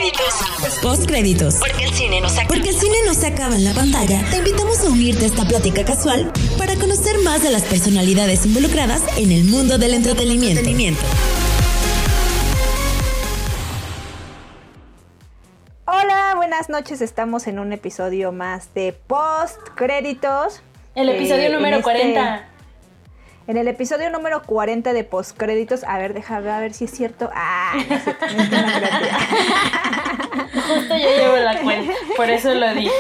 Postcréditos. Porque el cine no se acaba en la pantalla. Te invitamos a unirte a esta plática casual para conocer más de las personalidades involucradas en el mundo del entretenimiento. Hola, buenas noches. Estamos en un episodio más de Postcréditos. El episodio número 40. En el episodio número 40 de Postcréditos. A ver, déjame a ver si es cierto. No es cierto, no es una creativa. Justo yo llevo la cuenta, por eso lo dije.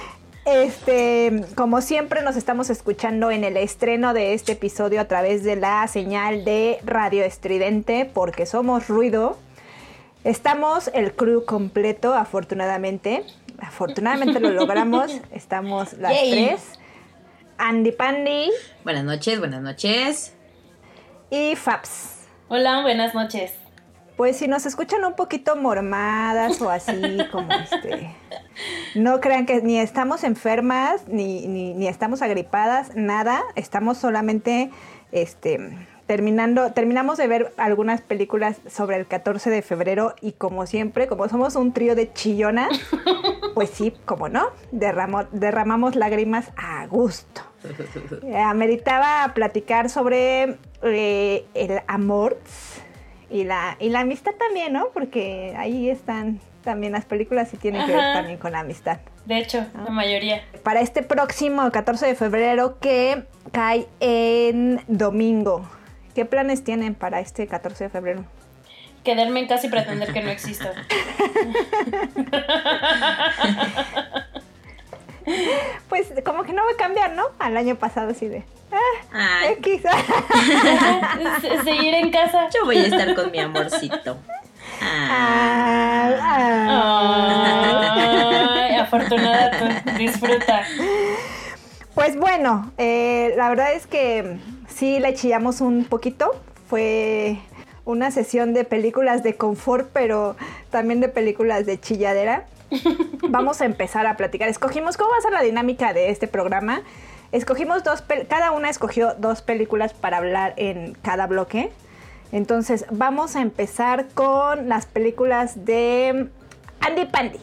Como siempre nos estamos escuchando en el estreno de este episodio a través de la señal de Radio Estridente, porque somos ruido. Estamos el crew completo, afortunadamente. Afortunadamente lo logramos. Estamos las tres. Andy Pandy. Buenas noches. Y Fabs. Hola, buenas noches. Pues si nos escuchan un poquito mormadas o así, como no crean que ni estamos enfermas, ni estamos agripadas, nada. Estamos solamente, terminamos de ver algunas películas sobre el 14 de febrero y como siempre, como somos un trío de chillonas, pues sí, como no, derramamos lágrimas a gusto. Ameritaba platicar sobre el amor y la amistad también, ¿no? Porque ahí están también las películas y tienen que ver también con la amistad. De hecho, ¿no? La mayoría. Para este próximo 14 de febrero que cae en domingo, ¿qué planes tienen para este 14 de febrero? Quedarme en casa y pretender que no existo. Pues como que no va a cambiar, ¿no? Al año pasado así de... X. Seguir en casa. Yo voy a estar con mi amorcito. Afortunada tú, disfruta. Pues bueno, la verdad es que sí le chillamos un poquito. Fue una sesión de películas de confort, pero también de películas de chilladera. Vamos a empezar a platicar. Escogimos cómo va a ser la dinámica de este programa. Escogimos cada una escogió 2 películas para hablar en cada bloque. Entonces vamos a empezar con las películas de Andy Pandy.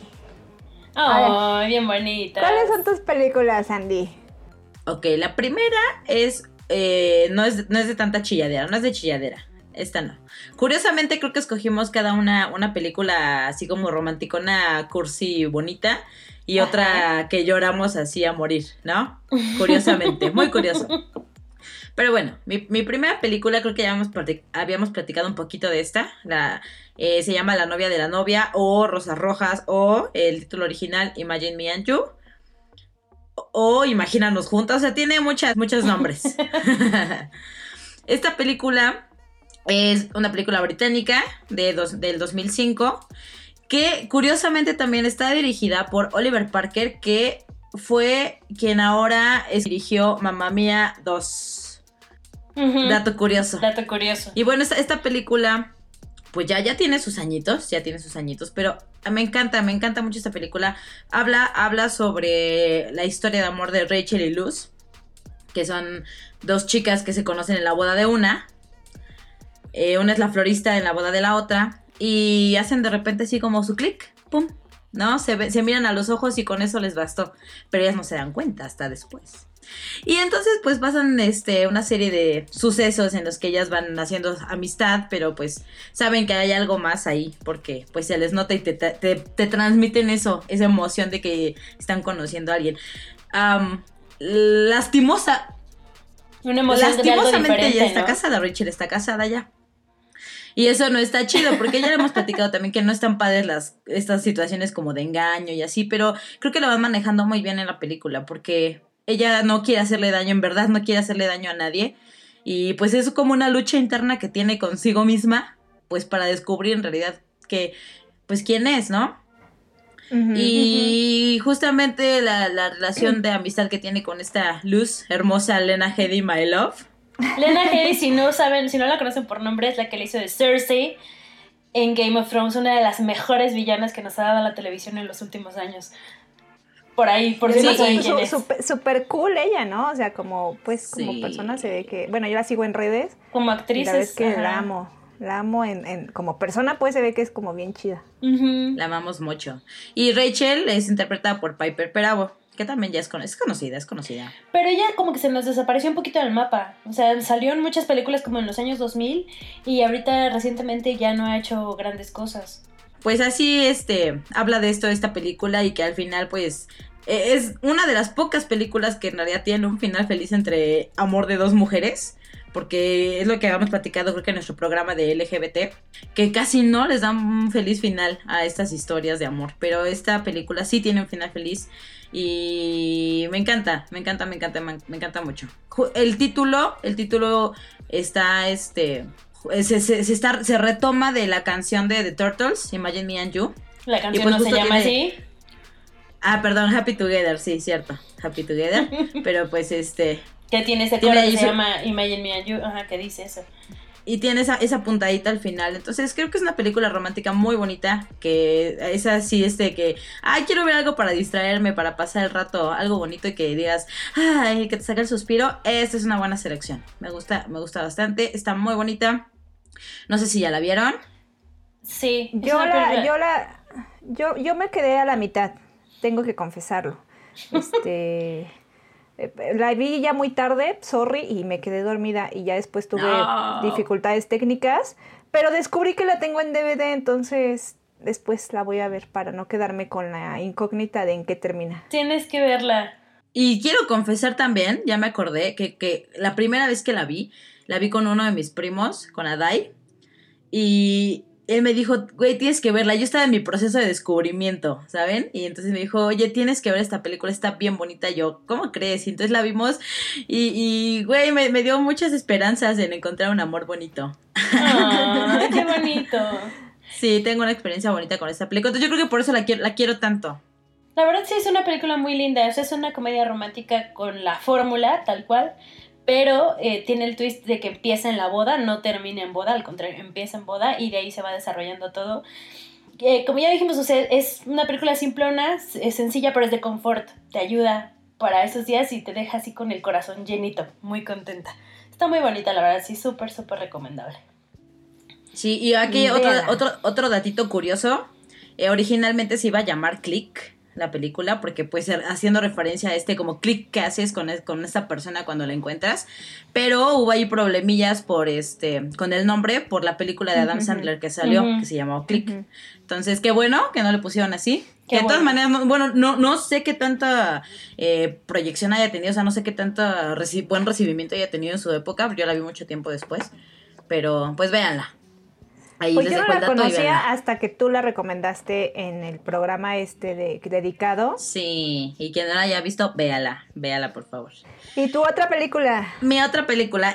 Bien bonitas. ¿Cuáles son tus películas, Andy? Ok, la primera es no es de tanta chilladera, no es de chilladera. Esta no. Curiosamente creo que escogimos cada una película así como romanticona, cursi, bonita, y otra que lloramos así a morir, ¿no? Curiosamente, muy curioso. Pero bueno, mi primera película, creo que ya habíamos platicado un poquito de esta. Se llama La novia de la novia, o Rosas Rojas, o el título original Imagine Me and You, o Imagínanos Juntos. O sea, tiene muchos nombres. Esta película es una película británica del 2005, que curiosamente también está dirigida por Oliver Parker, que fue quien ahora dirigió Mamma Mía 2. Dato curioso. Y bueno, esta película pues ya tiene sus añitos, pero me encanta mucho esta película. Habla sobre la historia de amor de Rachel y Luz, que son 2 chicas que se conocen en la boda de una. Una es la florista en la boda de la otra, y hacen de repente así como su clic, pum, ¿no? Se miran a los ojos y con eso les bastó, pero ellas no se dan cuenta hasta después. Y entonces pues pasan una serie de sucesos en los que ellas van haciendo amistad, pero pues saben que hay algo más ahí, porque pues se les nota y te transmiten esa emoción de que están conociendo a alguien. Una emoción de algo diferente, ella está ¿no? casada, Rachel está casada ya. Y eso no está chido, porque ya le hemos platicado también que no están padres estas situaciones como de engaño y así, pero creo que lo van manejando muy bien en la película, porque ella no quiere hacerle daño, en verdad no quiere hacerle daño a nadie, y pues es como una lucha interna que tiene consigo misma, pues para descubrir en realidad que, pues quién es, ¿no? Y justamente la relación de amistad que tiene con esta Luz, hermosa Lena Headey, my love. Lena Headey, si no la conocen por nombre, es la que le hizo de Cersei en Game of Thrones, una de las mejores villanas que nos ha dado la televisión en los últimos años. Por ahí, por si no saben quién es. Súper cool ella, ¿no? O sea, como persona se ve que... Bueno, yo la sigo en redes. Como actriz la verdad es que la amo. La amo como persona, pues se ve que es como bien chida. La amamos mucho. Y Rachel es interpretada por Piper Perabo, que también ya es conocida. Pero ella como que se nos desapareció un poquito del mapa. O sea, salió en muchas películas como en los años 2000 y ahorita recientemente ya no ha hecho grandes cosas. Pues así, habla de esto, esta película, y que al final, pues, es una de las pocas películas que en realidad tienen un final feliz entre amor de dos mujeres. Porque es lo que habíamos platicado, creo que en nuestro programa de LGBT, que casi no les dan un feliz final a estas historias de amor. Pero esta película sí tiene un final feliz y me encanta mucho. El título está, se retoma de la canción de The Turtles, Imagine Me and You. La canción pues no se llama así. Perdón, Happy Together, sí, cierto, Happy Together. Pero pues que tiene ese coro que se llama Imagine Me and You, que dice eso. Y tiene esa puntadita al final. Entonces creo que es una película romántica muy bonita. Que es así, que quiero ver algo para distraerme, para pasar el rato, algo bonito y que digas, que te saque el suspiro. Esta es una buena selección. Me gusta bastante. Está muy bonita. No sé si ya la vieron. Sí. Yo me quedé a la mitad. Tengo que confesarlo. La vi ya muy tarde, sorry, y me quedé dormida y ya después tuve dificultades técnicas, pero descubrí que la tengo en DVD, entonces después la voy a ver para no quedarme con la incógnita de en qué termina. Tienes que verla. Y quiero confesar también, ya me acordé, que la primera vez que la vi con uno de mis primos, con Adai, y él me dijo, güey, tienes que verla. Yo estaba en mi proceso de descubrimiento, ¿saben? Y entonces me dijo, oye, tienes que ver esta película, está bien bonita. Y yo, ¿cómo crees? Y entonces la vimos y güey, me dio muchas esperanzas en encontrar un amor bonito. ¡Ay, qué bonito! Sí, tengo una experiencia bonita con esta película. Entonces yo creo que por eso la quiero tanto. La verdad sí es una película muy linda. O sea, es una comedia romántica con la fórmula, tal cual. Pero tiene el twist de que empieza en la boda, no termina en boda, al contrario, empieza en boda y de ahí se va desarrollando todo. Como ya dijimos, o sea, es una película simplona, es sencilla, pero es de confort, te ayuda para esos días y te deja así con el corazón llenito, muy contenta. Está muy bonita, la verdad, sí, súper, súper recomendable. Sí, y aquí otro datito curioso, originalmente se iba a llamar Click, la película, porque pues haciendo referencia a como clic que haces con esta persona cuando la encuentras, pero hubo ahí problemillas con el nombre por la película de Adam Sandler que salió, que se llamó Click. Entonces, qué bueno que no le pusieron así. Que de todas maneras, no sé qué tanta proyección haya tenido, o sea, no sé qué tanto buen recibimiento haya tenido en su época, yo la vi mucho tiempo después, pero pues véanla. Ahí pues yo no la conocía hasta que tú la recomendaste en el programa dedicado. Sí, y quien no la haya visto, véala por favor. ¿Y tu otra película? Mi otra película,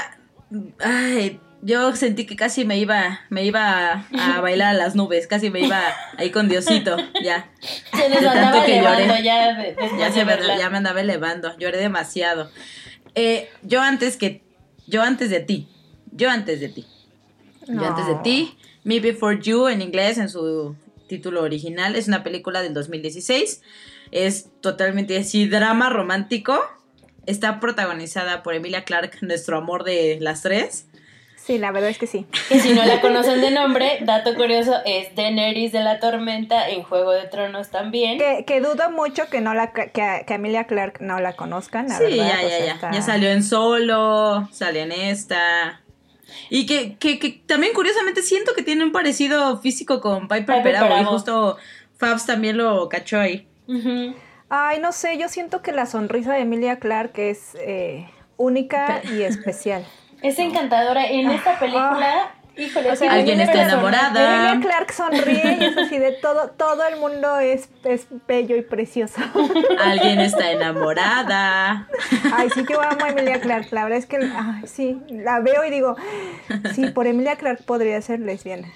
yo sentí que casi me iba a bailar a las nubes, casi me iba ahí con Diosito, ya. Se nos andaba elevando ya me andaba elevando, lloré demasiado. Yo antes de ti. No. Yo antes de ti, Me Before You en inglés, en su título original, es una película del 2016, es totalmente así, drama romántico, está protagonizada por Emilia Clarke, nuestro amor de las tres. Sí, la verdad es que sí. Que si no la conocen de nombre, dato curioso, es Daenerys de la Tormenta en Juego de Tronos también. Que dudo mucho que Emilia Clarke no la conozcan, la sí, verdad. Ya salió en Solo, salió en esta... Y que también curiosamente siento que tiene un parecido físico con Piper Perabo. Y justo Fabs también lo cachó ahí. Ay, no sé, yo siento que la sonrisa de Emilia Clarke es única y especial. Es encantadora. En esta película, híjole, o sea, alguien está enamorada. Emilia Clarke sonríe y es así de todo el mundo es bello y precioso. Alguien está enamorada. Ay, sí, yo amo a Emilia Clarke. La verdad es que sí, la veo y digo, sí, por Emilia Clarke podría ser lesbiana.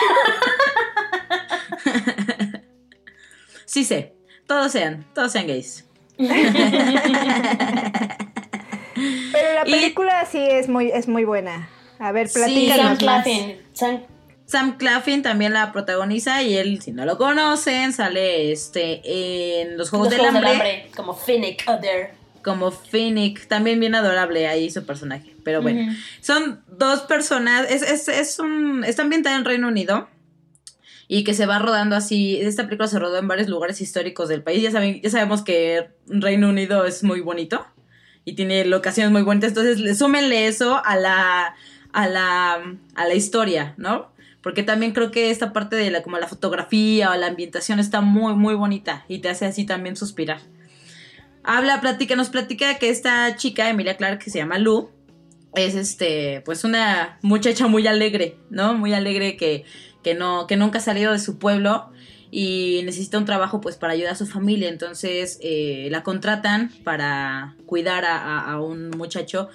Sí sé, todos sean gays. Pero la película sí es muy buena. A ver, platícanos más. Sam Claflin también la protagoniza y él, si no lo conocen, sale en Los Juegos del Hambre. Como Finnick Other. Como Finnick, también bien adorable ahí su personaje. pero bueno. Son dos personas, está ambientada en Reino Unido y que se va rodando así. Esta película se rodó en varios lugares históricos del país. Ya sabemos que Reino Unido es muy bonito y tiene locaciones muy bonitas, entonces súmenle eso a la historia, ¿no? Porque también creo que esta parte de como la fotografía o la ambientación está muy, muy bonita y te hace así también suspirar. Nos platica que esta chica, Emilia Clarke, que se llama Lou, es pues una muchacha muy alegre, ¿no? Muy alegre que nunca ha salido de su pueblo y necesita un trabajo pues para ayudar a su familia. Entonces la contratan para cuidar a un muchacho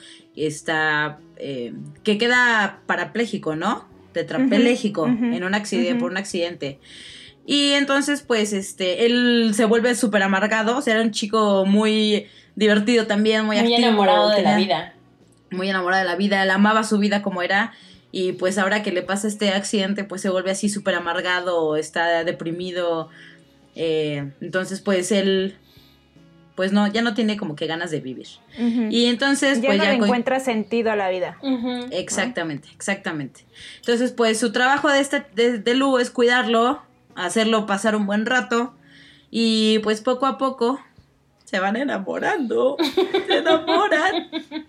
que queda parapléjico, ¿no? Tetrapléjico en un accidente, por un accidente. Y entonces pues él se vuelve súper amargado. O sea, era un chico muy divertido también, muy activo, enamorado de la vida. Muy enamorado de la vida, él amaba su vida como era. Y pues ahora que le pasa este accidente, pues se vuelve así súper amargado, está deprimido. Entonces pues él, pues no, ya no tiene como que ganas de vivir. Y entonces ya pues no ya encuentra sentido a la vida. Exactamente. Entonces pues su trabajo de Lou es cuidarlo, hacerlo pasar un buen rato. Y pues poco a poco se van enamorando. Se enamoran.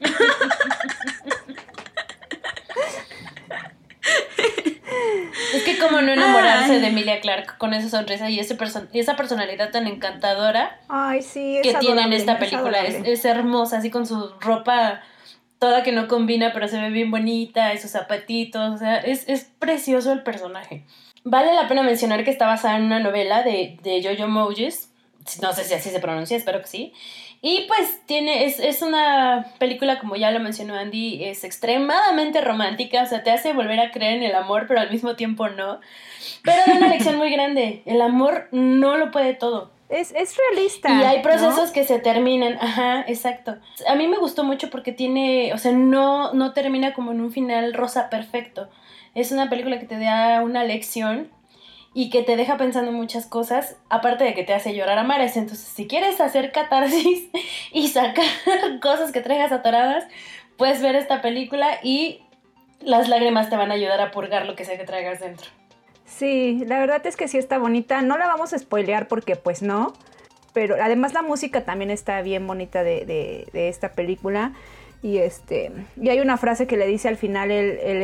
Es que como no enamorarse de Emilia Clarke con esa sonrisa y esa personalidad tan encantadora. Ay, sí, que tiene en esta película. Es hermosa, así con su ropa toda que no combina, pero se ve bien bonita, y sus zapatitos, o sea, es precioso el personaje. Vale la pena mencionar que está basada en una novela de Jojo Moyes, no sé si así se pronuncia, espero que sí. Y pues es una película, como ya lo mencionó Andy, es extremadamente romántica, o sea, te hace volver a creer en el amor, pero al mismo tiempo no. Pero da una lección muy grande, el amor no lo puede todo. Es realista. Y hay procesos, ¿no?, que se terminan, exacto. A mí me gustó mucho porque tiene, o sea, no termina como en un final rosa perfecto. Es una película que te da una lección y que te deja pensando muchas cosas, aparte de que te hace llorar a mares. Entonces, si quieres hacer catarsis y sacar cosas que traigas atoradas, puedes ver esta película y las lágrimas te van a ayudar a purgar lo que sea que traigas dentro. Sí, la verdad es que sí está bonita. No la vamos a spoilear porque pues no, pero además la música también está bien bonita de esta película. Y y hay una frase que le dice al final él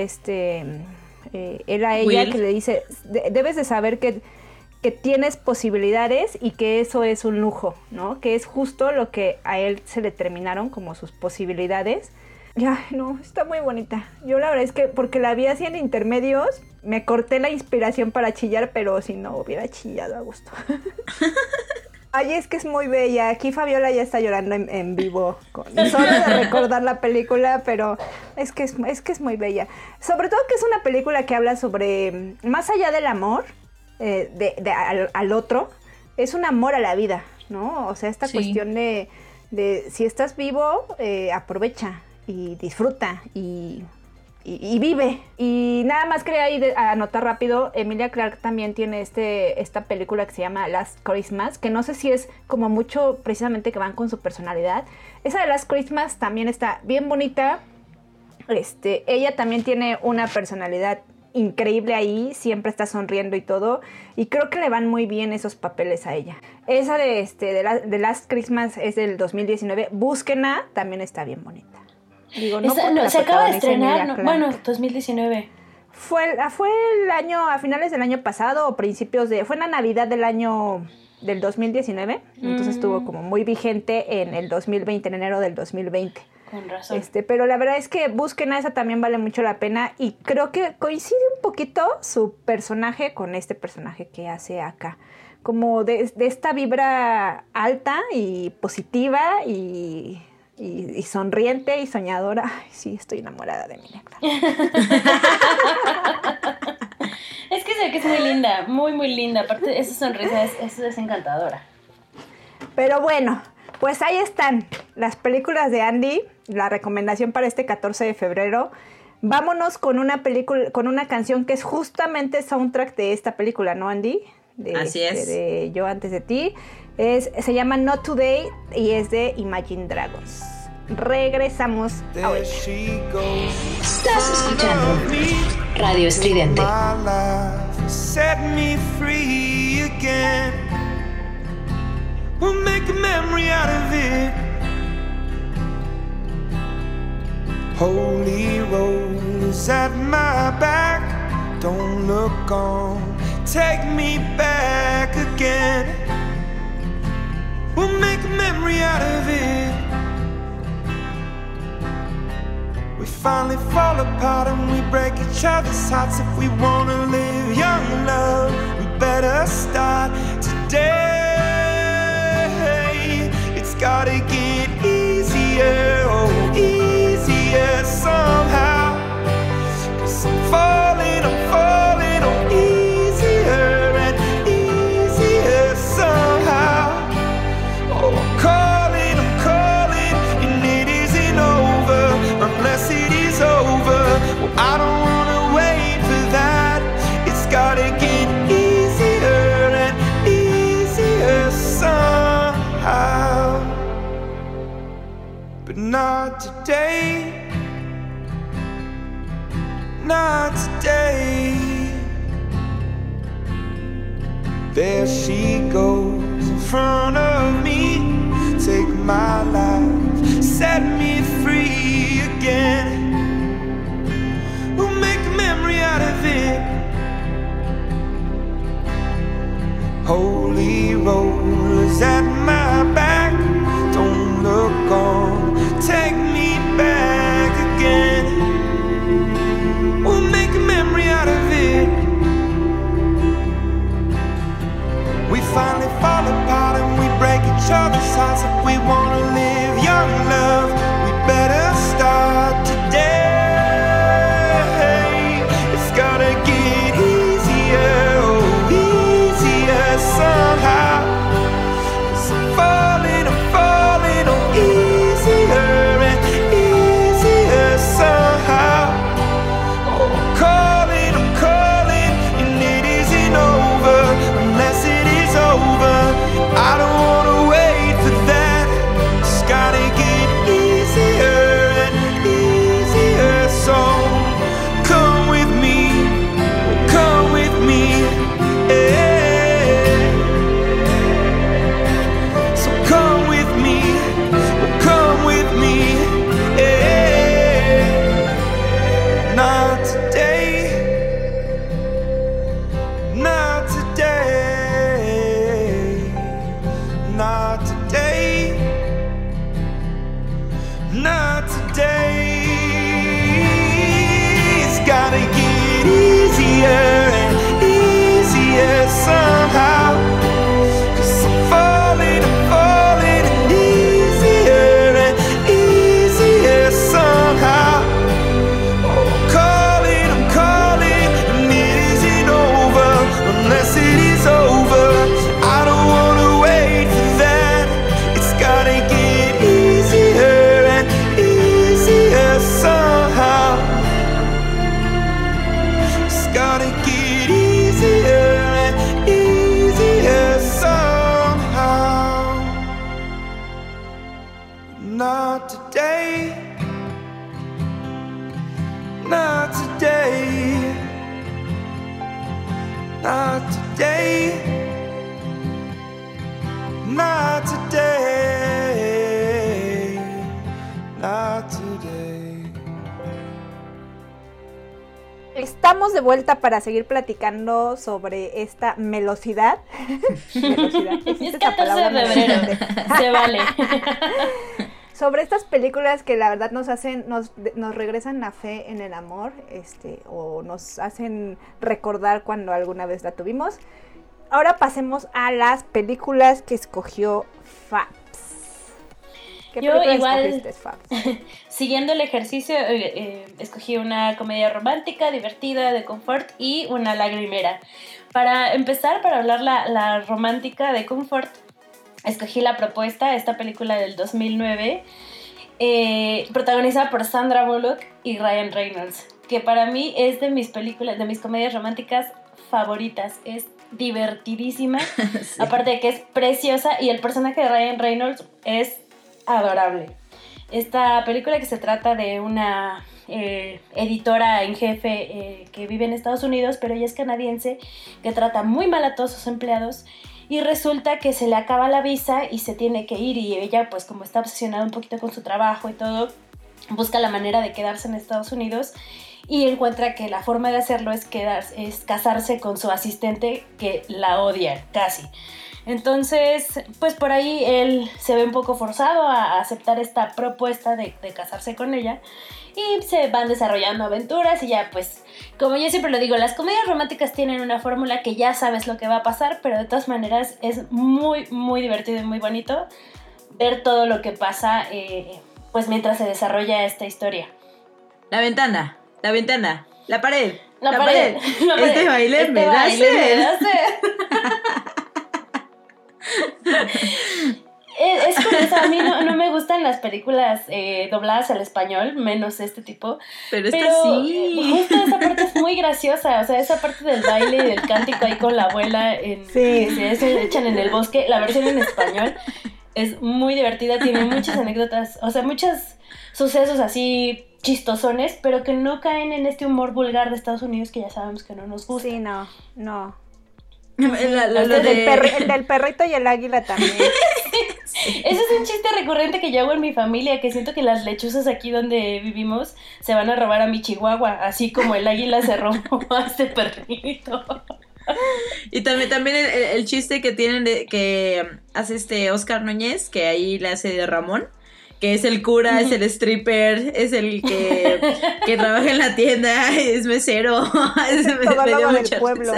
a ella, Will, que le dice, debes de saber que tienes posibilidades y que eso es un lujo, ¿no? Que es justo lo que a él se le terminaron como sus posibilidades. Ya, no, está muy bonita. Yo la verdad es que porque la vi así en intermedios, me corté la inspiración para chillar, pero si no hubiera chillado a gusto. Ay, es que es muy bella. Aquí Fabiola ya está llorando en vivo solo de recordar la película, pero es que es muy bella. Sobre todo que es una película que habla sobre, más allá del amor al otro, es un amor a la vida, ¿no? O sea, esta cuestión de si estás vivo, aprovecha y disfruta y vive. Y nada más quería anotar rápido, Emilia Clarke también tiene esta película que se llama Last Christmas, que no sé si es como mucho precisamente que van con su personalidad. Esa de Last Christmas también está bien bonita. Ella también tiene una personalidad increíble ahí, siempre está sonriendo y todo, y creo que le van muy bien esos papeles a ella. Esa de Last Christmas es del 2019, búsquenla, también está bien bonita. Digo, no se acaba de estrenar, bueno, 2019. Fue el año, a finales del año pasado o principios fue en la Navidad del 2019, entonces estuvo como muy vigente en el 2020, en enero del 2020. Con razón. Pero la verdad es que busquen a esa, también vale mucho la pena y creo que coincide un poquito su personaje con este personaje que hace acá. Como de esta vibra alta y positiva y sonriente y soñadora. Ay, sí, estoy enamorada de Emilia Clarke. Es que sé que es muy linda, muy, muy linda. Aparte, esa sonrisa es encantadora. Pero bueno, pues ahí están las películas de Andy, la recomendación para este 14 de febrero. Vámonos con una película, con una canción que es justamente soundtrack de esta película, ¿no, Andy? Así es. De Yo antes de ti. Se llama Not Today y es de Imagine Dragons. Regresamos ahorita. Estás escuchando Radio Estridente. Set me free again. We'll make a memory out of it. Holy rollers at my back. Don't look on. Take me back again. We'll make a memory out of it. We finally fall apart and we break each other's hearts. If we wanna live young, love, we better start today. It's gotta get easier, oh, easier somehow. 'Cause I'm falling, oh, easier and easier somehow. Oh, I'm calling, and it isn't over unless it is over. Well, I don't wanna wait for that. It's gotta get easier and easier somehow. But not today. Not today. There she goes in front of me. Take my life, set me free again. We'll make a memory out of it. Holy rollers at my back. Don't look on. Take me back again. We'll make a memory out of it. We finally fall apart and we break each other's hearts. If we wanna live young, love, we better start today. It's gotta get easier, oh, easier somehow. 'Cause I'm falling, oh, easier and easier somehow. Oh, I'm calling, and it isn't over unless it is over. I don't wanna wait for that. It's gotta get easier and easier. So come with me, yeah. So come with me, yeah. Not today, not today, not today, not today. It's gotta get easier and easier somehow. 'Cause I'm falling, and easier and easier somehow. Oh, I'm calling, and it isn't over unless it is over. I don't wanna wait for that. It's gotta get easier and easier somehow. It's gotta get easier and easier somehow. Not today. Not today. Not today. Not today. Not today. Estamos de vuelta para seguir platicando sobre esta melosidad. Melosidad. Es ¿Existe 14 esa palabra? de febrero. Se vale. Sobre estas películas que la verdad nos regresan la fe en el amor, o nos hacen recordar cuando alguna vez la tuvimos. Ahora pasemos a las películas que escogió Fabs. ¿Qué Yo películas igual, escogiste, Fabs? siguiendo el ejercicio, escogí una comedia romántica, divertida, de confort y una lagrimera. Para empezar, para hablar la romántica de confort, escogí La Propuesta, esta película del 2009, protagonizada por Sandra Bullock y Ryan Reynolds, que para mí es de mis películas, de mis comedias románticas favoritas. Es divertidísima, sí. Aparte de que es preciosa, y el personaje de Ryan Reynolds es adorable. Esta película que se trata de una editora en jefe que vive en Estados Unidos, pero ella es canadiense, que trata muy mal a todos sus empleados, y resulta que se le acaba la visa y se tiene que ir, y ella, pues como está obsesionada un poquito con su trabajo y todo, busca la manera de quedarse en Estados Unidos y encuentra que la forma de hacerlo es casarse con su asistente, que la odia casi. Entonces, pues por ahí él se ve un poco forzado a aceptar esta propuesta de casarse con ella, y se van desarrollando aventuras y ya, pues, como yo siempre lo digo, las comedias románticas tienen una fórmula que ya sabes lo que va a pasar, pero de todas maneras es muy, muy divertido y muy bonito ver todo lo que pasa, pues mientras se desarrolla esta historia. La ventana, la pared. La pared. Este baile me da sed. Es curioso, a mí no me gustan las películas dobladas al español, menos este tipo. Pero esta sí. Justo esa parte es muy graciosa, o sea, esa parte del baile y del cántico ahí con la abuela que se echan en el bosque, la versión en español es muy divertida, tiene muchas anécdotas, o sea, muchos sucesos así chistosones, pero que no caen en este humor vulgar de Estados Unidos que ya sabemos que no nos gusta. Sí, no. El del perrito y el águila también. Ese es un chiste recurrente que yo hago en mi familia, que siento que las lechuzas aquí donde vivimos se van a robar a mi chihuahua, así como el águila se robó a este perrito. Y también el chiste que tienen que hace Oscar Núñez, que ahí le hace de Ramón, que es el cura, es el stripper, es el que trabaja en la tienda, es mesero. Todo lo del pueblo.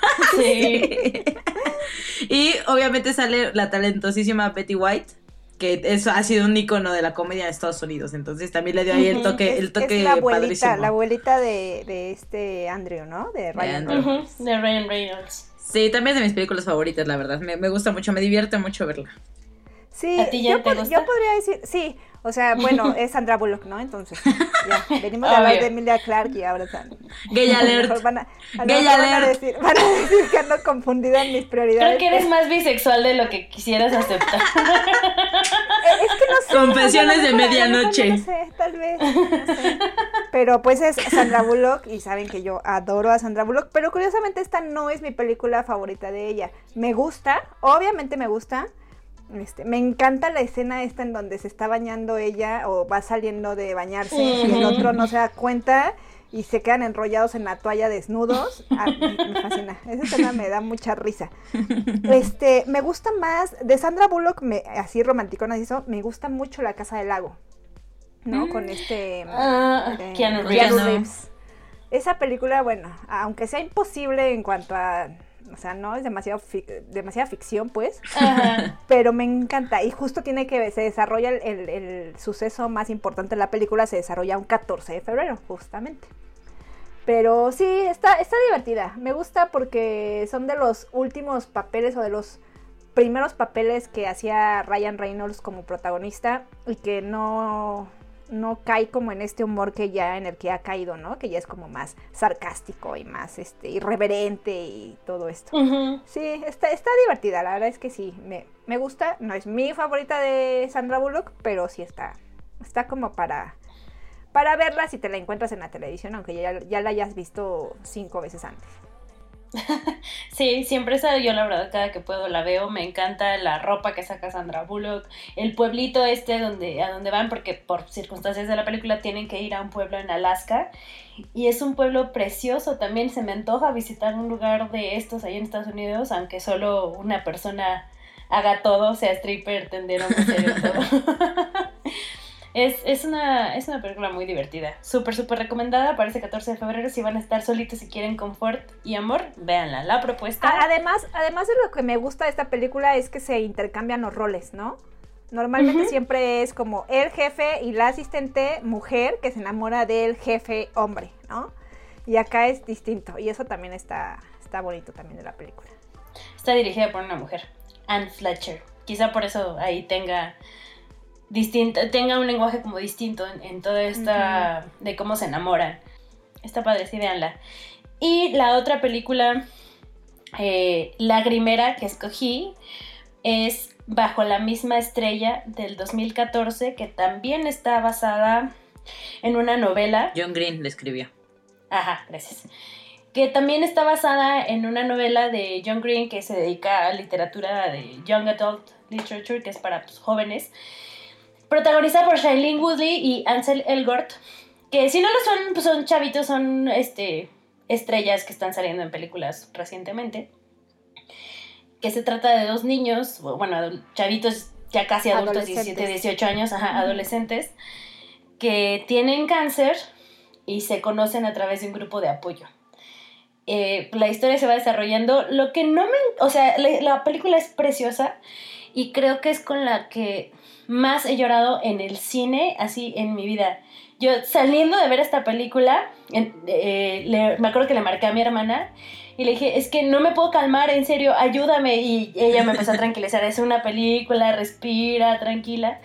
Sí. Y obviamente sale la talentosísima Betty White, que eso ha sido un icono de la comedia de Estados Unidos, entonces también le dio ahí el toque es la abuelita, padrísimo. La abuelita de Andrew, ¿no? De Ryan Reynolds. De Ryan Reynolds. Sí, también es de mis películas favoritas, la verdad. Me gusta mucho, me divierte mucho verla. Sí, ¿A ti ya te gusta? Yo podría decir, sí, o sea, bueno, es Sandra Bullock, ¿no? Entonces, ya, venimos a hablar de Emilia Clarke y ahora están... Gay alert. Van a decir que ando confundida en mis prioridades. Creo que eres más bisexual de lo que quisieras aceptar. Es que no sé. Confesiones de medianoche. No sé, tal vez, no sé. Pero pues es Sandra Bullock y saben que yo adoro a Sandra Bullock, pero curiosamente esta no es mi película favorita de ella. Me gusta, obviamente me gusta. Me encanta la escena esta en donde se está bañando ella o va saliendo de bañarse y el otro no se da cuenta y se quedan enrollados en la toalla desnudos. Me fascina, esa escena me da mucha risa. Me gusta más, de Sandra Bullock, así romanticona, me gusta mucho La Casa del Lago, ¿no? Con Keanu Reeves. Esa película, bueno, aunque sea imposible en cuanto a... O sea, no es demasiada ficción, pues. Ajá. Pero me encanta. Y justo se desarrolla el suceso más importante de la película, se desarrolla un 14 de febrero, justamente. Pero sí, está divertida. Me gusta porque son de los últimos papeles o de los primeros papeles que hacía Ryan Reynolds como protagonista y que no cae como en este humor en el que ha caído, ¿no? Que ya es como más sarcástico y más irreverente y todo esto. Uh-huh. Sí, está divertida, la verdad es que sí, me gusta. No es mi favorita de Sandra Bullock, pero sí está como para verla si te la encuentras en la televisión, aunque ya la hayas visto 5 veces antes. Sí, siempre yo la verdad cada que puedo la veo, me encanta la ropa que saca Sandra Bullock, el pueblito a donde van, porque por circunstancias de la película tienen que ir a un pueblo en Alaska y es un pueblo precioso. También se me antoja visitar un lugar de estos ahí en Estados Unidos, aunque solo una persona haga todo, sea stripper, tendero, mesero, todo. Es una película muy divertida, súper recomendada para este 14 de febrero. Si van a estar solitos y quieren confort y amor, véanla. La propuesta. Además de lo que me gusta de esta película es que se intercambian los roles, ¿no? Normalmente siempre es como el jefe y la asistente mujer que se enamora del jefe hombre, ¿no? Y acá es distinto y eso también está bonito también de la película. Está dirigida por una mujer, Anne Fletcher. Quizá por eso ahí tenga un lenguaje como distinto en toda esta de cómo se enamoran. Está padre, sí, véanla. Y la otra película lagrimera que escogí, es Bajo la misma estrella del 2014, que también está basada en una novela. John Green le escribió. Ajá, gracias. Que también está basada en una novela de John Green que se dedica a literatura de Young Adult Literature, que es para pues, jóvenes. Protagonizada por Shailene Woodley y Ansel Elgort, que si no lo son, pues son chavitos, son estrellas que están saliendo en películas recientemente. Que se trata de dos niños, bueno, chavitos ya casi adultos, 17, 18 años, adolescentes, que tienen cáncer y se conocen a través de un grupo de apoyo. La historia se va desarrollando. Lo que no me... O sea, la película es preciosa y creo que es con la que más he llorado en el cine, así en mi vida. Yo saliendo de ver esta película, me acuerdo que le marqué a mi hermana y le dije, es que no me puedo calmar, en serio, ayúdame. Y ella me empezó a tranquilizar, es una película, respira, tranquila.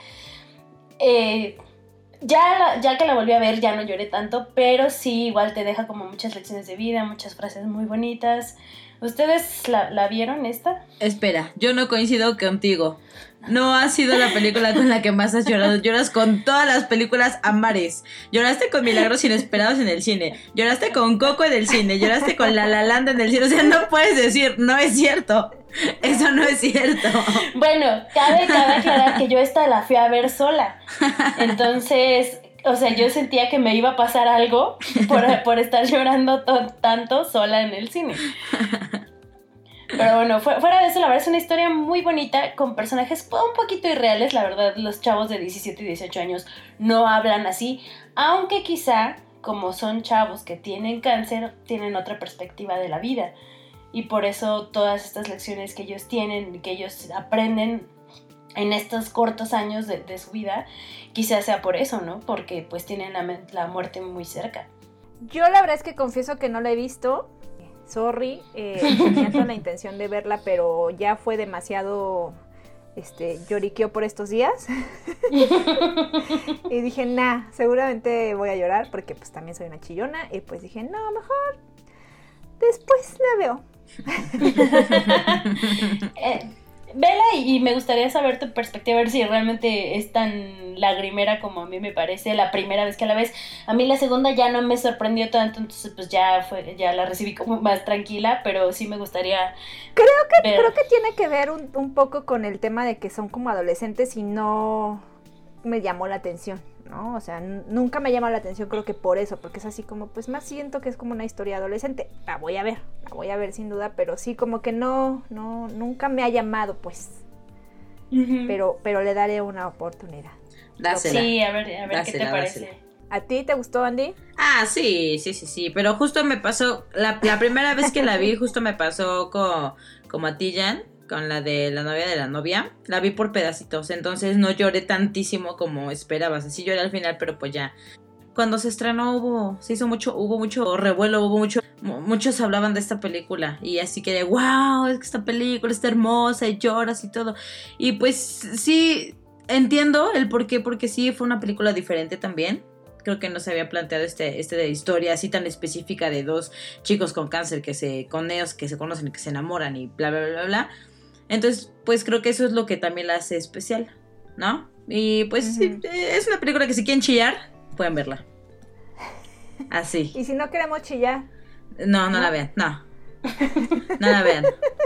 Ya que la volví a ver, ya no lloré tanto, pero sí, igual te deja como muchas lecciones de vida, muchas frases muy bonitas. ¿Ustedes la vieron esta? Espera, yo no coincido contigo. No ha sido la película con la que más has llorado. Lloras con todas las películas a mares. Lloraste con Milagros Inesperados en el cine. Lloraste con Coco en el cine. Lloraste con La La Land en el cine. O sea, no puedes decir, no es cierto. Eso no es cierto. Bueno, cabe aclarar que yo esta la fui a ver sola. Entonces, o sea, yo sentía que me iba a pasar algo por estar llorando tanto sola en el cine. Pero bueno, fuera de eso, la verdad es una historia muy bonita con personajes un poquito irreales. La verdad, los chavos de 17 y 18 años no hablan así, aunque quizá, como son chavos que tienen cáncer, tienen otra perspectiva de la vida. Y por eso todas estas lecciones que ellos tienen, que ellos aprenden en estos cortos años de su vida, quizás sea por eso, ¿no? Porque pues tienen la muerte muy cerca. Yo la verdad es que confieso que no la he visto. Sorry, tenía toda la intención de verla, pero ya fue demasiado lloriqueo por estos días. Y dije, seguramente voy a llorar porque pues también soy una chillona. Y pues dije, no, mejor después la veo. Vela y me gustaría saber tu perspectiva, a ver si realmente es tan lagrimera como a mí me parece la primera vez que la ves. A mí la segunda ya no me sorprendió tanto, entonces pues ya la recibí como más tranquila, pero sí me gustaría Creo que tiene que ver un poco con el tema de que son como adolescentes y no me llamó la atención, ¿no? O sea, nunca me llama la atención, creo que por eso, porque es así como, pues más siento que es como una historia adolescente. La voy a ver sin duda, pero sí como que nunca me ha llamado, pues. Uh-huh. Pero le daré una oportunidad. Dásela. Sí, a ver qué te parece. Dásela. ¿A ti te gustó, Andy? Ah, sí, pero justo me pasó, la primera vez que la vi, justo me pasó como a ti, Jan, con la de la novia de la novia, la vi por pedacitos, entonces no lloré tantísimo como esperabas, así lloré al final, pero pues ya, cuando se estrenó hubo mucho revuelo, muchos hablaban de esta película, y así que wow, es que esta película está hermosa, y lloras y todo, y pues sí, entiendo el por qué, porque sí fue una película diferente también. Creo que no se había planteado de historia así tan específica de dos chicos con cáncer con ellos que se conocen y que se enamoran y bla, bla, bla, bla. Entonces, pues creo que eso es lo que también la hace especial, ¿no? Y pues sí, es una película que si quieren chillar, pueden verla. Así. ¿Y si no queremos chillar? No la vean, no la vean.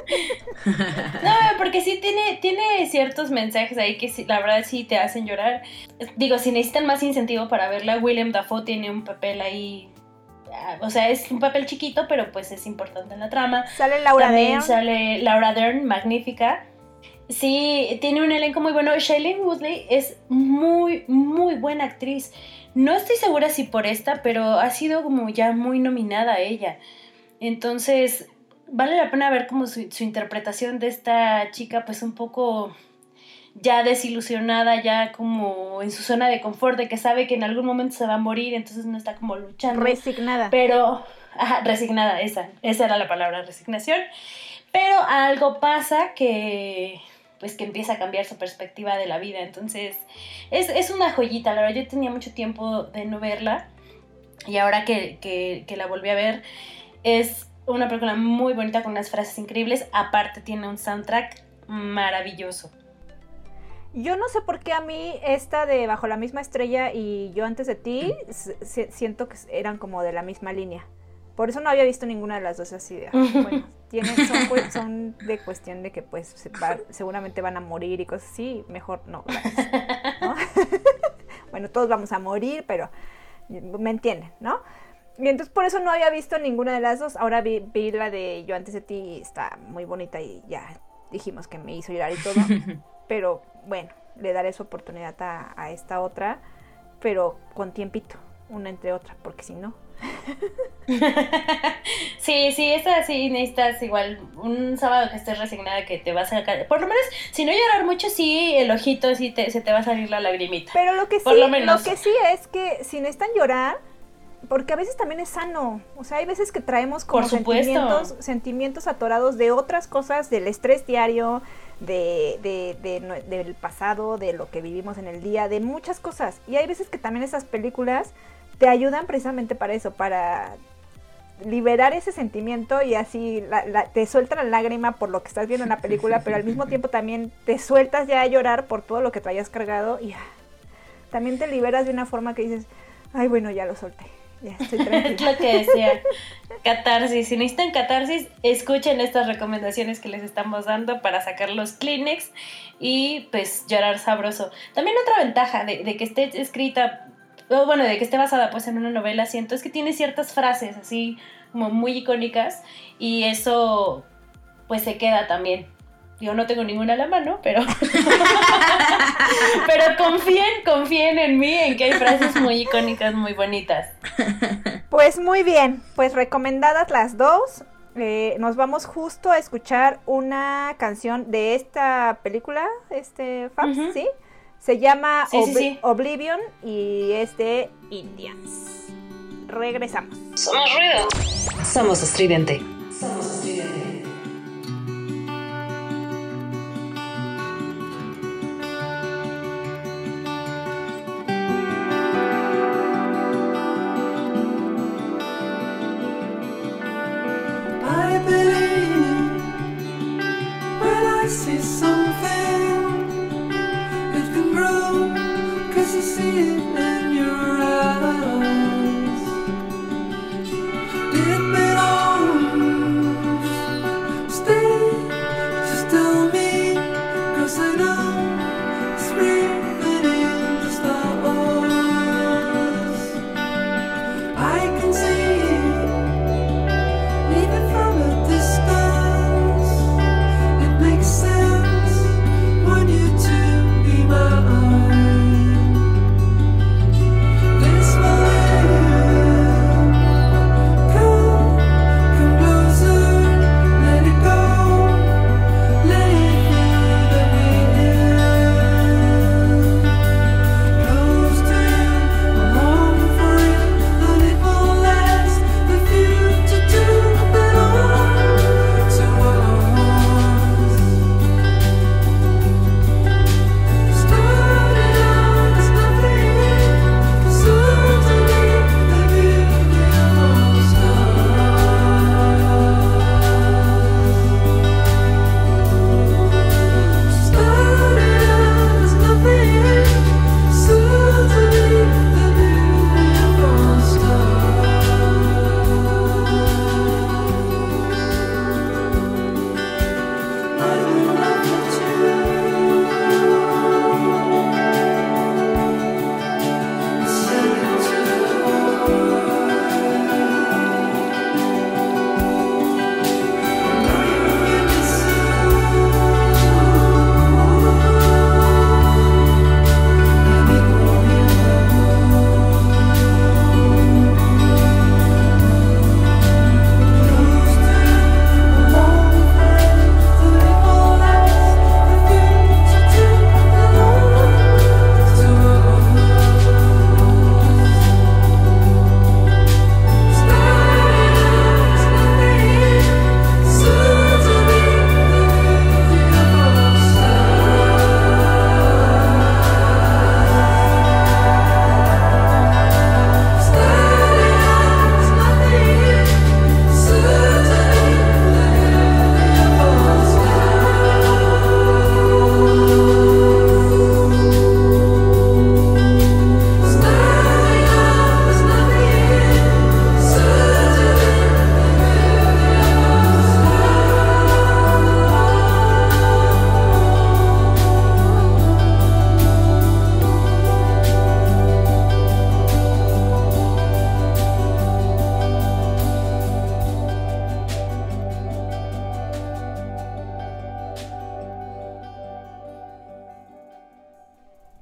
No, porque sí tiene ciertos mensajes ahí que sí, la verdad sí te hacen llorar. Digo, si necesitan más incentivo para verla, Willem Dafoe tiene un papel ahí, o sea, es un papel chiquito, pero pues es importante en la trama. Sale Laura Dern. También sale Laura Dern, magnífica. Sí, tiene un elenco muy bueno. Shailene Woodley es muy, muy buena actriz. No estoy segura si por esta, pero ha sido como ya muy nominada a ella. Entonces, vale la pena ver como su interpretación de esta chica, pues un poco ya desilusionada, ya como en su zona de confort, de que sabe que en algún momento se va a morir, entonces no está como luchando. Resignada. Pero, resignada, esa era la palabra, resignación. Pero algo pasa que empieza a cambiar su perspectiva de la vida, entonces es una joyita, la verdad. Yo tenía mucho tiempo de no verla y ahora que la volví a ver, es una película muy bonita con unas frases increíbles. Aparte tiene un soundtrack maravilloso. Yo no sé por qué a mí esta de Bajo la misma estrella y Yo antes de ti siento que eran como de la misma línea. Por eso no había visto ninguna de las dos así de, bueno, son de cuestión de que pues seguramente van a morir y cosas así, mejor no. ¿No? Bueno, todos vamos a morir, pero me entienden, ¿no? Y entonces por eso no había visto ninguna de las dos. Ahora vi la de Yo antes de ti y está muy bonita y ya dijimos que me hizo llorar y todo. Pero bueno, le daré su oportunidad a esta otra, pero con tiempito, una entre otra, porque si no... Sí, esta sí necesitas igual un sábado que estés resignada que te vas a sacar, por lo menos, si no llorar mucho, sí, el ojito sí se te va a salir la lagrimita. Pero lo que sí es que si necesitan llorar, porque a veces también es sano, o sea, hay veces que traemos como sentimientos atorados de otras cosas, del estrés diario, del pasado, de lo que vivimos en el día, de muchas cosas, y hay veces que también esas películas te ayudan precisamente para eso, para liberar ese sentimiento y así te suelta la lágrima por lo que estás viendo en la película, pero al mismo tiempo también te sueltas ya a llorar por todo lo que traías cargado y también te liberas de una forma que dices, ay, bueno, ya lo solté, ya estoy tranquila. Es lo que decía, catarsis. Si necesitan catarsis, escuchen estas recomendaciones que les estamos dando para sacar los Kleenex y pues llorar sabroso. También otra ventaja de que esté escrita, bueno, de que esté basada pues en una novela, siento, es que tiene ciertas frases así como muy icónicas y eso pues se queda también. Yo no tengo ninguna a la mano, pero pero confíen en mí, en que hay frases muy icónicas, muy bonitas. Pues muy bien, pues recomendadas las dos. Nos vamos justo a escuchar una canción de esta película, Fabs, uh-huh. ¿Sí? Se llama Oblivion y es de Indians. Regresamos. Somos ruido. Somos estridente. I believe when I see something it can grow, 'cause you see it in your eyes. It belongs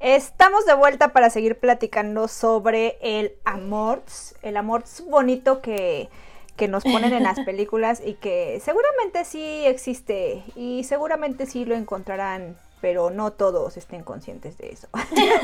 Estamos de vuelta para seguir platicando sobre el amor bonito que nos ponen en las películas y que seguramente sí existe y seguramente sí lo encontrarán, pero no todos estén conscientes de eso.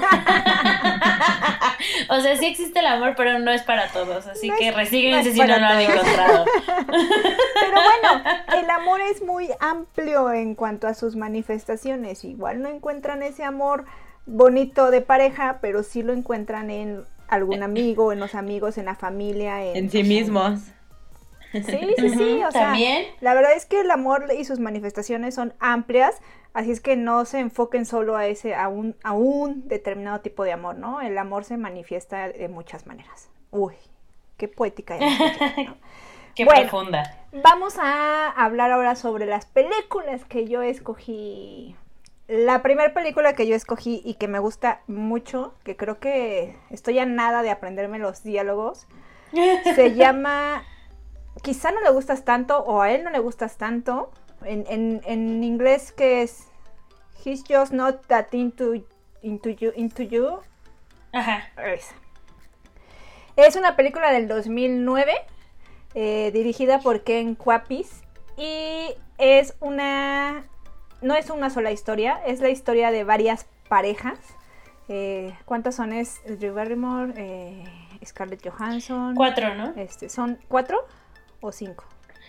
O sea, sí existe el amor, pero no es para todos, así No que es- resígnense no si es no para lo han todos. encontrado. Pero bueno, el amor es muy amplio en cuanto a sus manifestaciones. Igual no encuentran ese amor bonito de pareja, pero sí lo encuentran en algún amigo, en los amigos, en la familia. En sí mismos. Sí, o sea, También. la verdad es que el amor y sus manifestaciones son amplias, así es que no se enfoquen solo a un determinado tipo de amor, ¿no? El amor se manifiesta de muchas maneras. Uy, qué poética. ¿No? Qué Bueno. profunda. Vamos a hablar ahora sobre las películas que yo escogí. La primera película que yo escogí y que me gusta mucho, que creo que estoy a nada de aprenderme los diálogos, se llama... Quizá no le gustas tanto o a él no le gustas tanto. En inglés, que es He's just not that into you. Ajá. Esa. Es una película del 2009, dirigida por Ken Kwapis, y no es una sola historia, es la historia de varias parejas. ¿Cuántas son? Es Drew Barrymore, Scarlett Johansson. 4, ¿no? ¿Son 4 o 5?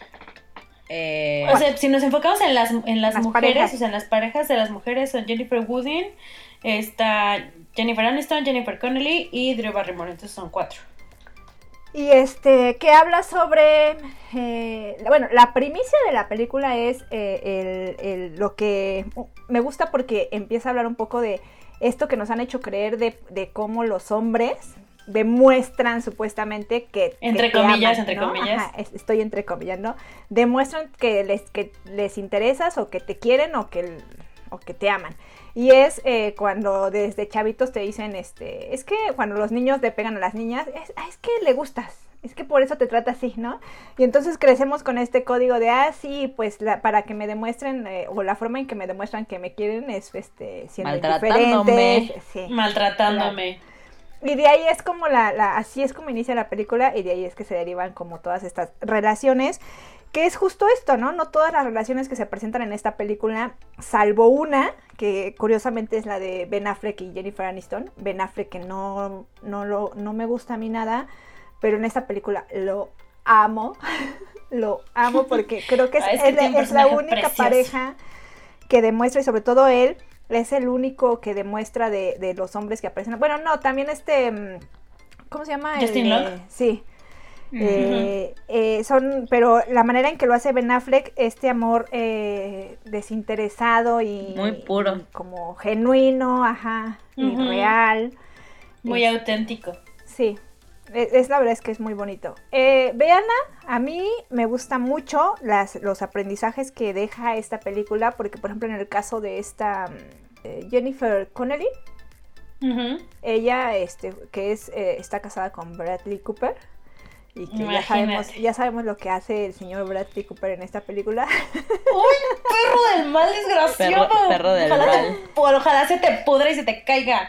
O sea, si nos enfocamos en las mujeres, parejas. o sea, en las parejas de las mujeres, son Jennifer Woodin, está Jennifer Aniston, Jennifer Connelly y Drew Barrymore, entonces son 4. Y que habla sobre, bueno, la primicia de la película es lo que me gusta, porque empieza a hablar un poco de esto que nos han hecho creer de cómo los hombres demuestran supuestamente que Entre te comillas, aman, entre ¿no? comillas. Ajá, estoy entrecomillando. Demuestran que les interesas, o que te quieren, o que te aman. Y es cuando desde chavitos te dicen, es que cuando los niños le pegan a las niñas, es que le gustas, es que por eso te trata así, ¿no? Y entonces crecemos con este código de, sí, pues para que me demuestren, o la forma en que me demuestran que me quieren es siendo Maltratándome. indiferentes. Sí. Maltratándome. Y de ahí es como así es como inicia la película, y de ahí es que se derivan como todas estas relaciones, que es justo esto, ¿no? No todas las relaciones que se presentan en esta película, salvo una, que curiosamente es la de Ben Affleck y Jennifer Aniston. Ben Affleck, que no me gusta a mí nada, pero en esta película lo amo, lo amo, porque creo que es la única precioso. pareja que demuestra, y sobre todo él, es el único que demuestra de los hombres que aparecen. Bueno, no, también ¿cómo se llama? Justin Long. Sí. Pero la manera en que lo hace Ben Affleck, este amor desinteresado y muy puro, y como genuino, ajá, y real, muy auténtico. Sí, la verdad es que es muy bonito. Véanla, a mí me gusta mucho los aprendizajes que deja esta película, porque por ejemplo en el caso de esta Jennifer Connelly, ella que está casada con Bradley Cooper, y que ya sabemos lo que hace el señor Bradley Cooper en esta película. ¡Uy, perro del mal desgraciado! Perro del mal. Ojalá se te pudra y se te caiga.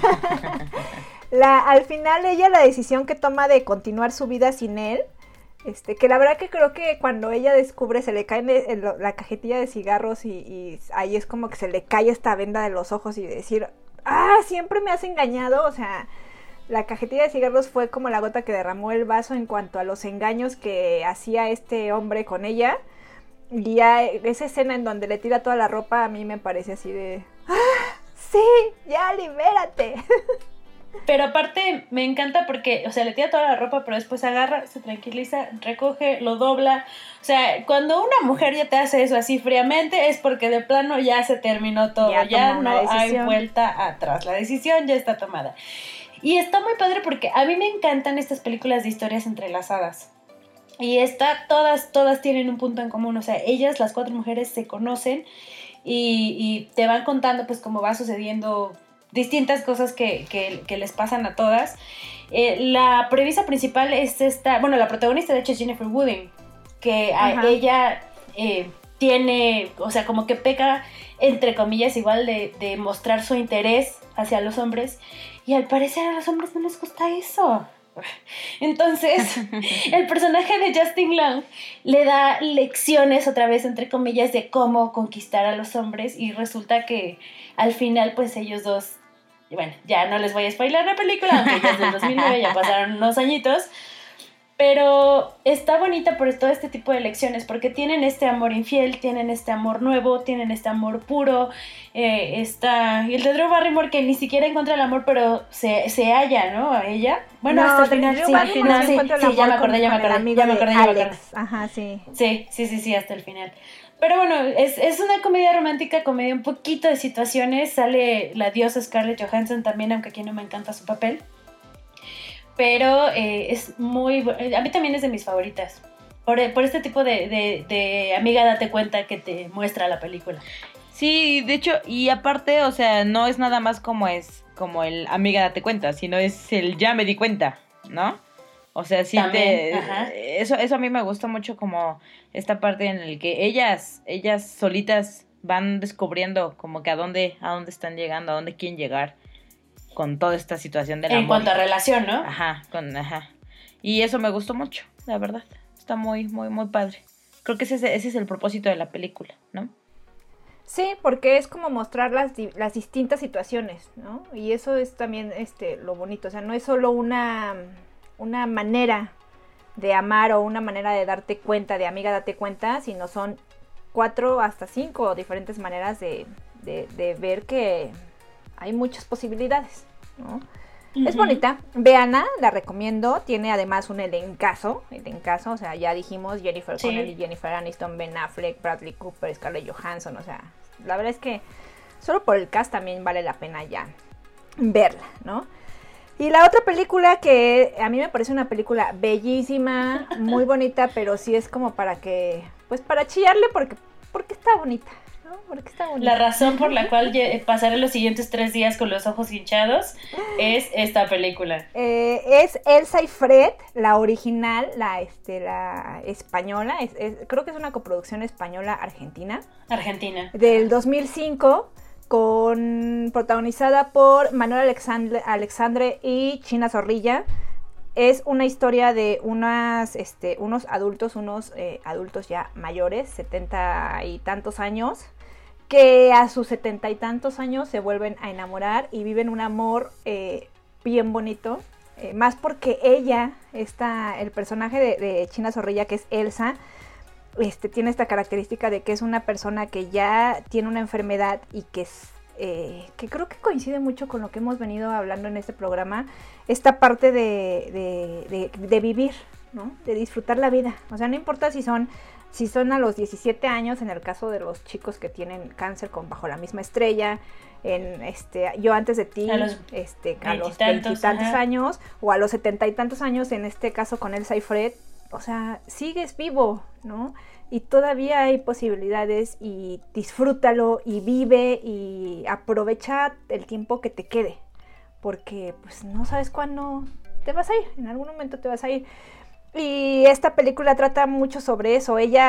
Al final ella, la decisión que toma de continuar su vida sin él, que la verdad que creo que cuando ella descubre, se le cae la cajetilla de cigarros, y ahí es como que se le cae esta venda de los ojos, y decir, siempre me has engañado. O sea, la cajetilla de cigarros fue como la gota que derramó el vaso en cuanto a los engaños que hacía este hombre con ella. Y ya esa escena en donde le tira toda la ropa, a mí me parece así de, sí, ya libérate. Pero aparte me encanta porque, o sea, le tira toda la ropa, pero después agarra, se tranquiliza, recoge, lo dobla. O sea, cuando una mujer ya te hace eso así fríamente, es porque de plano ya se terminó todo, ya no hay vuelta atrás, la decisión ya está tomada. Y está muy padre porque a mí me encantan estas películas de historias entrelazadas. Y todas tienen un punto en común. O sea, ellas, las 4 mujeres, se conocen y te van contando pues cómo va sucediendo distintas cosas que les pasan a todas. La premisa principal es la protagonista de hecho es Jennifer Woodin, que ella tiene, o sea, como que peca entre comillas, igual de mostrar su interés hacia los hombres, y al parecer a los hombres no les gusta eso. Entonces, el personaje de Justin Long le da lecciones, otra vez, entre comillas, de cómo conquistar a los hombres, y resulta que al final, pues ellos dos, bueno, ya no les voy a spoiler la película, aunque ya es del 2009, ya pasaron unos añitos, pero está bonita por todo este tipo de lecciones, porque tienen este amor infiel, tienen este amor nuevo, tienen este amor puro, y el de Drew Barrymore, que ni siquiera encuentra el amor, pero se halla, ¿no? A ella. Bueno, no, hasta el final, sí, al final sí, ya me acordé. Alex. Ajá, sí. Sí, hasta el final. Pero bueno, es una comedia romántica, comedia un poquito de situaciones, sale la diosa Scarlett Johansson también, aunque aquí no me encanta su papel. Pero es muy... A mí también es de mis favoritas. Por este tipo de amiga date cuenta que te muestra la película. Sí, de hecho, y aparte, o sea, no es nada más como el amiga date cuenta, sino es el ya me di cuenta, ¿no? O sea, sí eso a mí me gusta mucho, como esta parte en la que ellas solitas van descubriendo como que a dónde están llegando, a dónde quieren llegar con toda esta situación del amor. En cuanto a relación, ¿no? Ajá. Y eso me gustó mucho, la verdad. Está muy, muy, muy padre. Creo que ese es el propósito de la película, ¿no? Sí, porque es como mostrar las distintas situaciones, ¿no? Y eso es también lo bonito. O sea, no es solo una manera de amar o una manera de darte cuenta, de amiga date cuenta, sino son 4 hasta 5 diferentes maneras de ver que hay muchas posibilidades, ¿no? Uh-huh. Es bonita, véanla, la recomiendo, tiene además un elencazo, o sea, ya dijimos Jennifer Connelly, Jennifer Aniston, Ben Affleck, Bradley Cooper, Scarlett Johansson, o sea, la verdad es que solo por el cast también vale la pena ya verla, ¿no? Y la otra película que a mí me parece una película bellísima, muy bonita, pero sí es como para chillarle porque está bonita. ¿No? Porque está bonita. La razón por la cual pasaré los siguientes 3 días con los ojos hinchados es esta película. Es Elsa y Fred, la original, la española. Creo que es una coproducción española-argentina. Argentina. Del 2005, protagonizada por Manuel Alexandre y China Zorrilla. Es una historia de unos adultos ya mayores, 70 y tantos años, que a sus 70 y tantos años se vuelven a enamorar y viven un amor bien bonito, más porque ella, el personaje de China Zorrilla, que es Elsa, tiene esta característica de que es una persona que ya tiene una enfermedad y que creo que coincide mucho con lo que hemos venido hablando en este programa, esta parte de vivir, ¿no? De disfrutar la vida. O sea, no importa si son a los 17 años, en el caso de los chicos que tienen cáncer bajo la misma estrella, yo antes de ti, a los 20 y tantos años, o a los 70 y tantos años, en este caso con Elsa y Fred, o sea, sigues vivo, ¿no? Y todavía hay posibilidades, y disfrútalo y vive y aprovecha el tiempo que te quede, porque pues no sabes cuándo te vas a ir, en algún momento te vas a ir. Y esta película trata mucho sobre eso. Él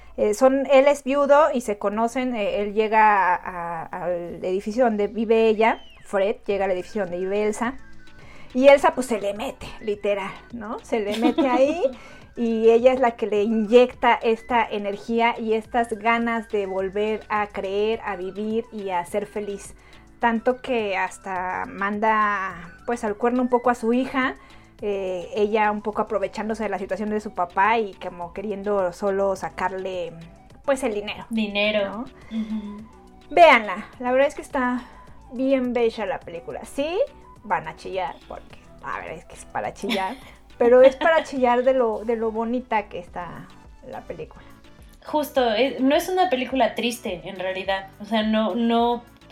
es viudo y se conocen, él llega al edificio donde vive ella, Fred llega al edificio donde vive Elsa, y Elsa pues se le mete, literal, ¿no? Se le mete ahí. Y ella es la que le inyecta esta energía y estas ganas de volver a creer, a vivir y a ser feliz. Tanto que hasta manda pues al cuerno un poco a su hija, ella un poco aprovechándose de la situación de su papá y como queriendo solo sacarle pues el dinero. ¿No? Uh-huh. Véanla, la verdad es que está bien bella la película. Sí, van a chillar porque la verdad es que es para chillar. Pero es para chillar de lo bonita que está la película. Justo, no es una película triste en realidad. O sea, no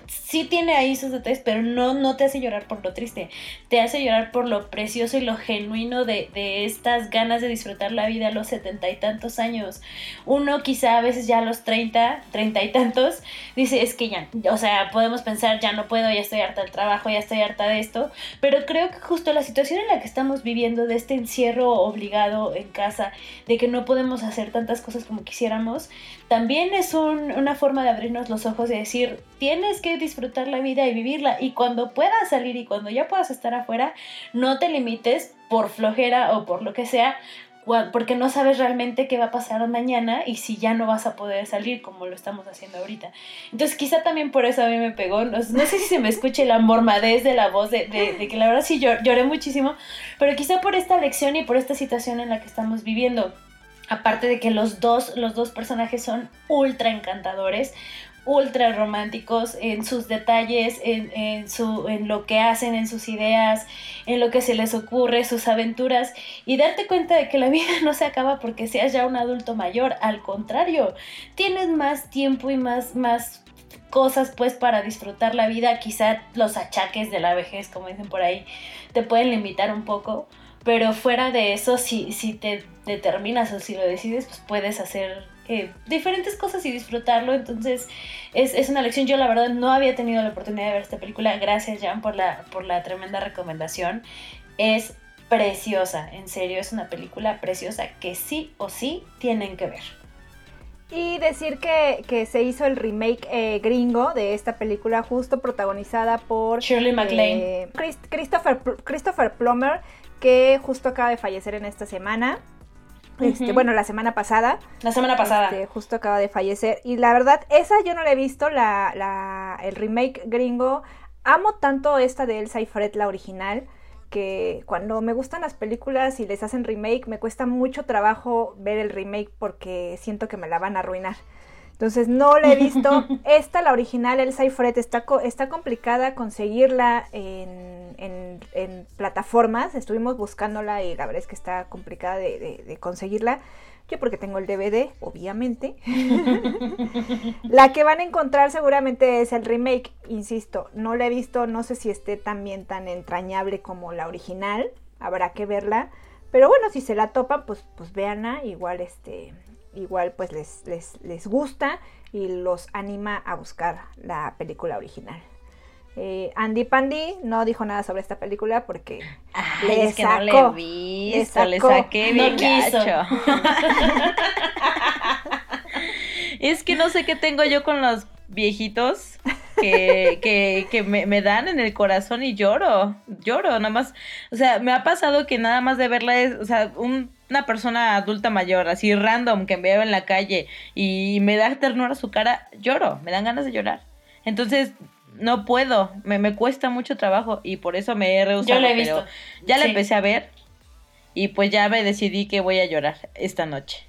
sí tiene ahí sus detalles, pero no te hace llorar por lo triste, te hace llorar por lo precioso y lo genuino de estas ganas de disfrutar la vida a los 70 y tantos años. Uno quizá a veces ya a los 30 y tantos, dice, es que ya, o sea, podemos pensar, ya no puedo, ya estoy harta del trabajo, ya estoy harta de esto, pero creo que justo la situación en la que estamos viviendo, de este encierro obligado en casa, de que no podemos hacer tantas cosas como quisiéramos, también es una forma de abrirnos los ojos y decir, tienes que disfrutar la vida y vivirla, y cuando puedas salir y cuando ya puedas estar afuera, no te limites por flojera o por lo que sea, porque no sabes realmente qué va a pasar mañana y si ya no vas a poder salir como lo estamos haciendo ahorita. Entonces quizá también por eso a mí me pegó, no sé si se me escuche la mormadez de la voz de que la verdad sí lloré muchísimo, pero quizá por esta lección y por esta situación en la que estamos viviendo. Aparte de que los dos personajes son ultra encantadores, ultra románticos en sus detalles, en lo que hacen, en sus ideas, en lo que se les ocurre, sus aventuras, y darte cuenta de que la vida no se acaba porque seas ya un adulto mayor, al contrario, tienes más tiempo y más cosas pues para disfrutar la vida. Quizá los achaques de la vejez, como dicen por ahí, te pueden limitar un poco, pero fuera de eso, si te determinas o si lo decides, pues puedes hacer diferentes cosas y disfrutarlo. Entonces es una lección. Yo la verdad no había tenido la oportunidad de ver esta película. Gracias, Jan, por la tremenda recomendación. Es preciosa, en serio, es una película preciosa que sí o sí tienen que ver. Y decir que se hizo el remake gringo de esta película, justo protagonizada por Shirley MacLaine, Christopher Plummer, que justo acaba de fallecer en esta semana. Bueno, la semana pasada. Justo acaba de fallecer. Y la verdad, esa yo no la he visto, el remake gringo. Amo tanto esta de Elsa y Fred, la original, que cuando me gustan las películas y les hacen remake, me cuesta mucho trabajo ver el remake porque siento que me la van a arruinar. Entonces no la he visto. Esta, la original, Elsa y Fred, está complicada conseguirla en plataformas. Estuvimos buscándola y la verdad es que está complicada de conseguirla. Yo porque tengo el DVD, obviamente. La que van a encontrar seguramente es el remake. Insisto, no la he visto, no sé si esté también tan entrañable como la original. Habrá que verla. Pero bueno, si se la topan, pues véanla. Igual pues les gusta y los anima a buscar la película original. Andy Pandy no dijo nada sobre esta película porque es que no le he visto, le saqué bien gacho. Es que no sé qué tengo yo con los viejitos que me dan en el corazón y lloro nada más. O sea, me ha pasado que nada más de verla una persona adulta mayor, así random, que me veo en la calle y me da ternura su cara, lloro, me dan ganas de llorar. Entonces no puedo, me cuesta mucho trabajo y por eso me he rehusado. Yo la he visto. Pero ya la empecé a ver y pues ya me decidí que voy a llorar esta noche.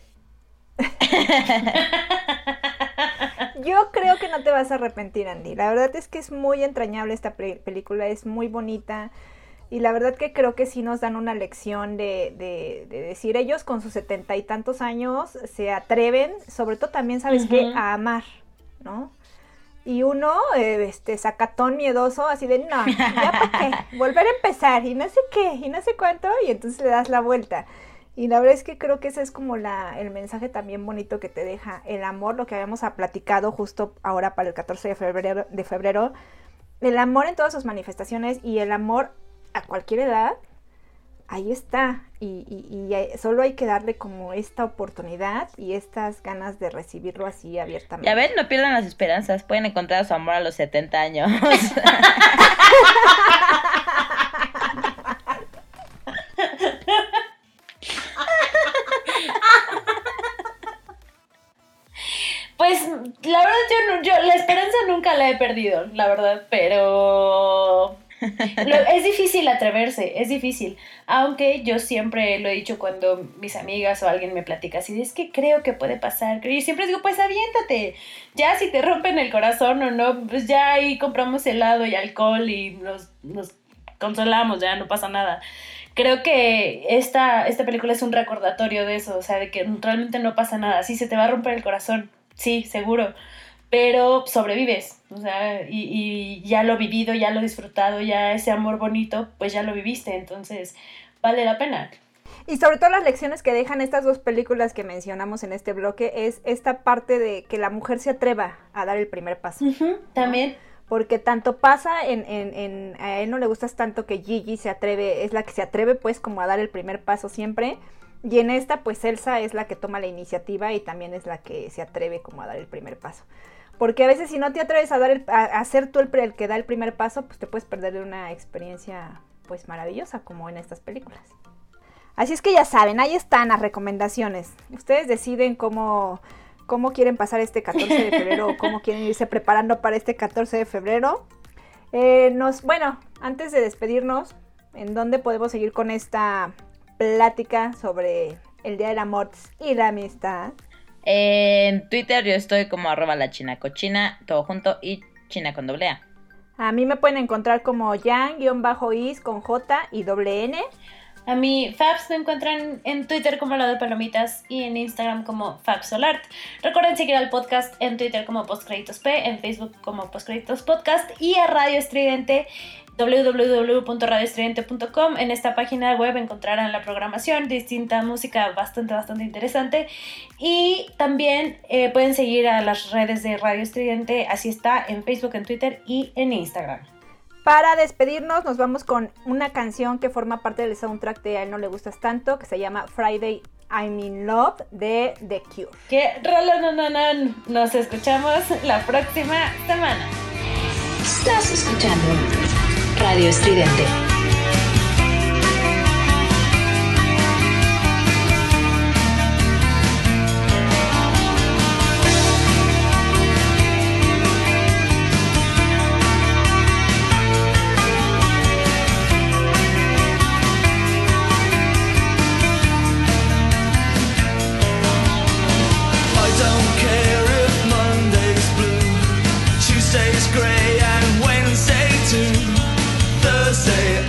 Yo creo que no te vas a arrepentir, Andy. La verdad es que es muy entrañable esta película, es muy bonita. Y la verdad que creo que sí nos dan una lección de decir, ellos con sus 70 y tantos años se atreven, sobre todo también, ¿sabes qué? A amar, ¿no? Y uno, sacatón, miedoso, así de, no, ¿ya para qué? Volver a empezar, y no sé qué, y no sé cuánto, y entonces le das la vuelta. Y la verdad es que creo que ese es como el mensaje también bonito que te deja el amor, lo que habíamos platicado justo ahora para el 14 de febrero, el amor en todas sus manifestaciones y el amor a cualquier edad, ahí está. Y solo hay que darle como esta oportunidad y estas ganas de recibirlo así abiertamente. Ya ven, no pierdan las esperanzas, pueden encontrar su amor a los 70 años. Pues la verdad yo la esperanza nunca la he perdido, la verdad, pero es difícil atreverse, es difícil, aunque yo siempre lo he dicho cuando mis amigas o alguien me platica así, es que creo que puede pasar, y siempre digo, pues aviéntate, ya si te rompen el corazón o no, pues ya ahí compramos helado y alcohol y nos consolamos, ya no pasa nada. Creo que esta película es un recordatorio de eso, o sea, de que realmente no pasa nada, sí se te va a romper el corazón, sí, seguro, pero sobrevives, o sea, y ya lo vivido, ya lo disfrutado, ya ese amor bonito, pues ya lo viviste, entonces vale la pena. Y sobre todo las lecciones que dejan estas dos películas que mencionamos en este bloque es esta parte de que la mujer se atreva a dar el primer paso. También. ¿No? Porque tanto pasa a él no le gustas tanto que Gigi se atreve, es la que se atreve pues como a dar el primer paso siempre, y en esta pues Elsa es la que toma la iniciativa y también es la que se atreve como a dar el primer paso. Porque a veces si no te atreves a ser tú el que da el primer paso, pues te puedes perder de una experiencia pues maravillosa como en estas películas. Así es que ya saben, ahí están las recomendaciones. Ustedes deciden cómo quieren pasar este 14 de febrero o cómo quieren irse preparando para este 14 de febrero. Bueno, antes de despedirnos, ¿en dónde podemos seguir con esta plática sobre el Día del Amor y la Amistad? En Twitter yo estoy como @lachinacochina, todo junto, y china con doble A. A mí me pueden encontrar como Jan-is con J y doble N. A mí, Fabs me encuentran en Twitter como Lado de Palomitas y en Instagram como FabsSolart. Recuerden seguir al podcast en Twitter como PostCréditosP, en Facebook como PostCréditos Podcast y a Radio Estridente, www.radioestridente.com. En esta página web encontrarán la programación, distinta música bastante interesante. Y también pueden seguir a las redes de Radio Estridente, así está en Facebook, en Twitter y en Instagram. Para despedirnos nos vamos con una canción que forma parte del soundtrack de A él no le gustas tanto, que se llama Friday I'm in Love de The Cure. ¡Qué rolón! Nos escuchamos la próxima semana. Estás escuchando Radio Estridente. Tuesday's grey and Wednesday too. Thursday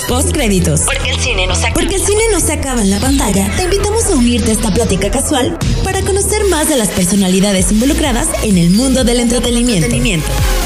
Postcréditos. Porque el cine no se acaba en la pantalla. Te invitamos a unirte a esta plática casual para conocer más de las personalidades involucradas en el mundo del entretenimiento.